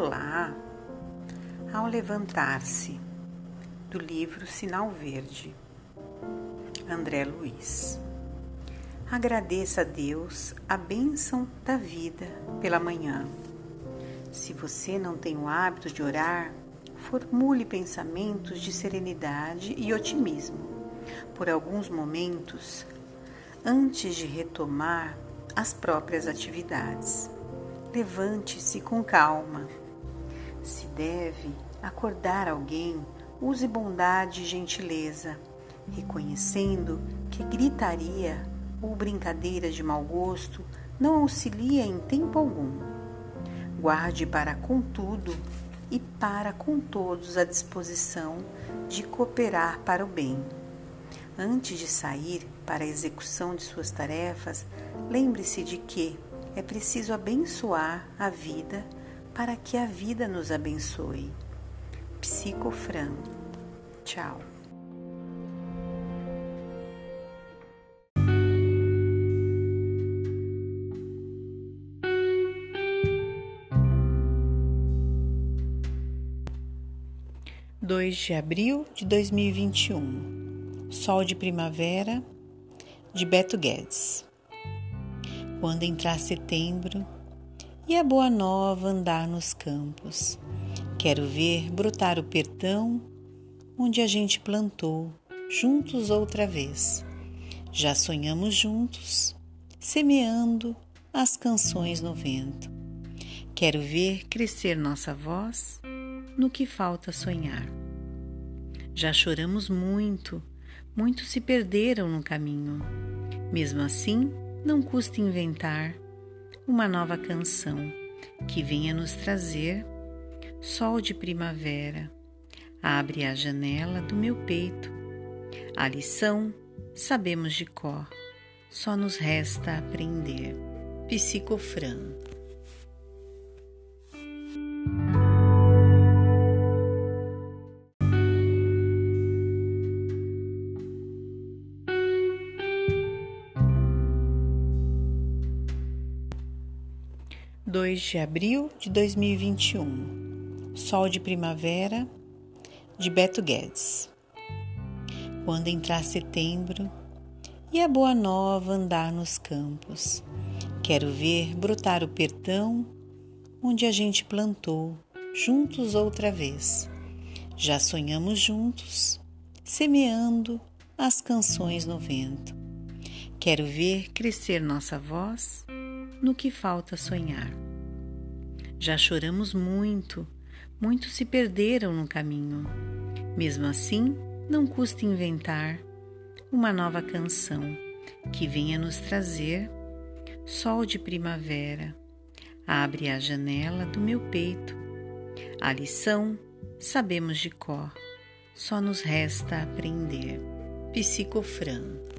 Olá! Ao levantar-se, do livro Sinal Verde, André Luiz. Agradeça a Deus a bênção da vida pela manhã. Se você não tem o hábito de orar, formule pensamentos de serenidade e otimismo por alguns momentos antes de retomar as próprias atividades. Levante-se com calma. Se deve acordar alguém, use bondade e gentileza, reconhecendo que gritaria ou brincadeira de mau gosto não auxilia em tempo algum. Guarde para com tudo e para com todos a disposição de cooperar para o bem. Antes de sair para a execução de suas tarefas, lembre-se de que é preciso abençoar a vida para que a vida nos abençoe. Psicofran. Tchau. (2 de abril de 2021) Sol de Primavera, de Beto Guedes. Quando entrar setembro e a boa nova andar nos campos, quero ver brotar o perdão onde a gente plantou, juntos outra vez. Já sonhamos juntos, semeando as canções no vento. Quero ver crescer nossa voz no que falta sonhar. Já choramos muito, muitos se perderam no caminho. Mesmo assim, não custa inventar uma nova canção que venha nos trazer sol de primavera. Abre a janela do meu peito. A lição sabemos de cor, só nos resta aprender. Psicofran. (2 de abril de 2021) Sol de Primavera, de Beto Guedes. Quando entrar setembro e a boa nova andar nos campos, quero ver brotar o perdão onde a gente plantou, juntos outra vez. Já sonhamos juntos, semeando as canções no vento. Quero ver crescer nossa voz no que falta sonhar. Já choramos muito, muitos se perderam no caminho. Mesmo assim, não custa inventar uma nova canção que venha nos trazer sol de primavera. Abre a janela do meu peito. A lição sabemos de cor, só nos resta aprender. Psicofran.